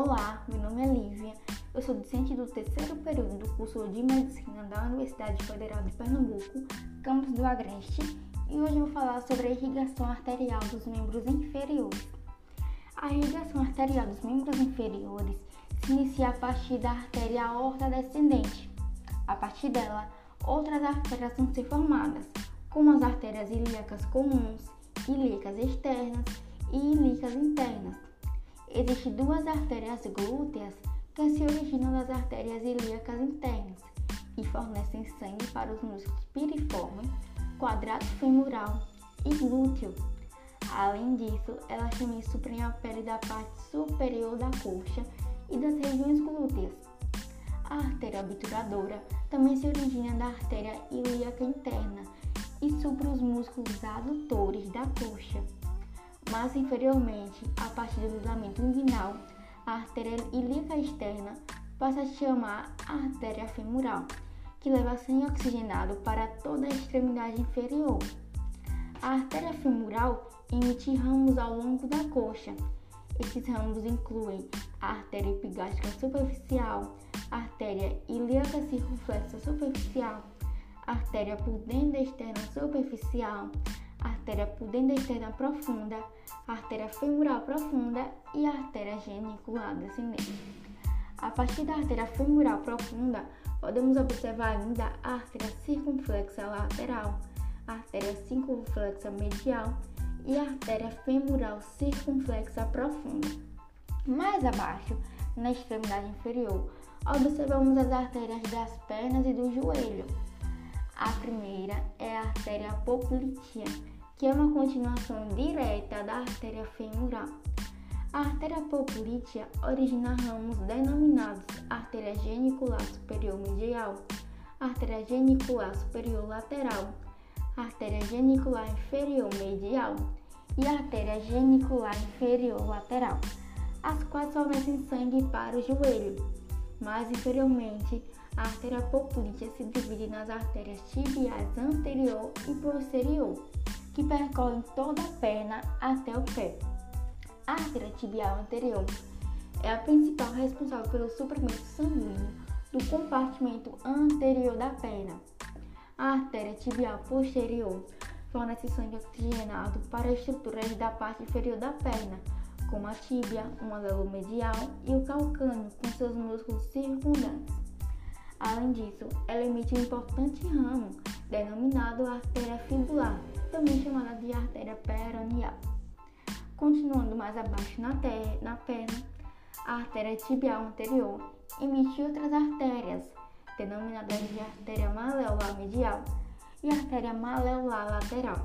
Olá, meu nome é Lívia, eu sou docente do terceiro período do curso de Medicina da Universidade Federal de Pernambuco, campus do Agreste, e hoje eu vou falar sobre a irrigação arterial dos membros inferiores. A irrigação arterial dos membros inferiores se inicia a partir da artéria aorta descendente. A partir dela, outras artérias vão ser formadas, como as artérias ilíacas comuns, ilíacas externas e ilíacas internas. Existem duas artérias glúteas que se originam das artérias ilíacas internas e fornecem sangue para os músculos piriforme, quadrado femoral e glúteo. Além disso, elas também suprem a pele da parte superior da coxa e das regiões glúteas. A artéria obturadora também se origina da artéria ilíaca interna e supre os músculos adutores da coxa. Mais inferiormente, a partir do ligamento inguinal, a artéria ilíaca externa passa a se chamar artéria femoral, que leva sangue oxigenado para toda a extremidade inferior. A artéria femoral emite ramos ao longo da coxa. Esses ramos incluem a artéria epigástrica superficial, a artéria ilíaca circunflexa superficial, a artéria pudenda externa superficial, a artéria pudenda externa profunda, a artéria femoral profunda e a artéria genicular descendente. A partir da artéria femoral profunda, podemos observar ainda a artéria circunflexa lateral, a artéria circunflexa medial e a artéria femoral circunflexa profunda. Mais abaixo, na extremidade inferior, observamos as artérias das pernas e do joelho. A primeira é a artéria poplítea, que é uma continuação direta da artéria femoral. A artéria poplítea origina ramos denominados artéria genicular superior medial, artéria genicular superior lateral, artéria genicular inferior medial e artéria genicular inferior lateral, as quais fornecem sangue para o joelho. Mais inferiormente, a artéria poplítea se divide nas artérias tibiais anterior e posterior, que percorrem toda a perna até o pé. A artéria tibial anterior é a principal responsável pelo suprimento sanguíneo do compartimento anterior da perna. A artéria tibial posterior fornece sangue oxigenado para estruturas da parte inferior da perna, como a tíbia, o alelo medial e o calcâneo com seus músculos circundantes. Além disso, ela emite um importante ramo, denominado artéria fibular, também chamada de artéria peroneal. Continuando mais abaixo na perna, a artéria tibial anterior emite outras artérias, denominadas de artéria maleolar medial e artéria maleolar lateral.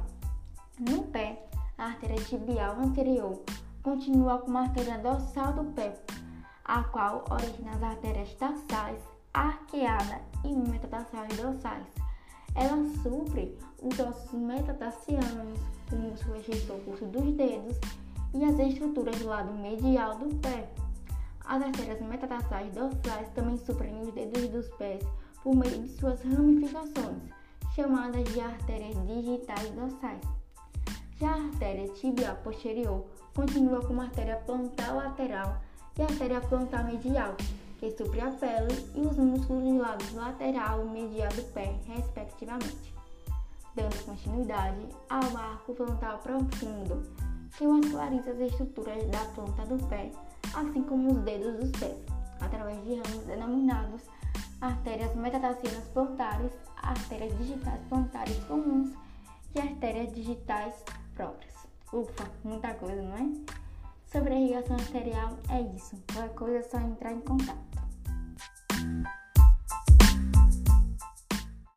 No pé, a artéria tibial anterior continua como a artéria dorsal do pé, a qual origina as artérias tarsais, arqueada e metatarsais dorsais. Ela supre os ossos metatarsianos, o músculo extensor curto dos dedos e as estruturas do lado medial do pé. As artérias metatarsais dorsais também suprem os dedos dos pés por meio de suas ramificações, chamadas de artérias digitais dorsais. Já a artéria tibial posterior continua como artéria plantar lateral e artéria plantar medial, que supre a pele e os músculos dos lados lateral e medial do pé, respectivamente. Dando continuidade ao arco plantar profundo, que vasculariza as estruturas da planta do pé, assim como os dedos dos pés, através de ramos denominados artérias metatarsianas plantares, artérias digitais plantares comuns e artérias digitais próprias. Ufa, muita coisa, não é? Sobre a irrigação arterial é isso. Qualquer coisa é só entrar em contato.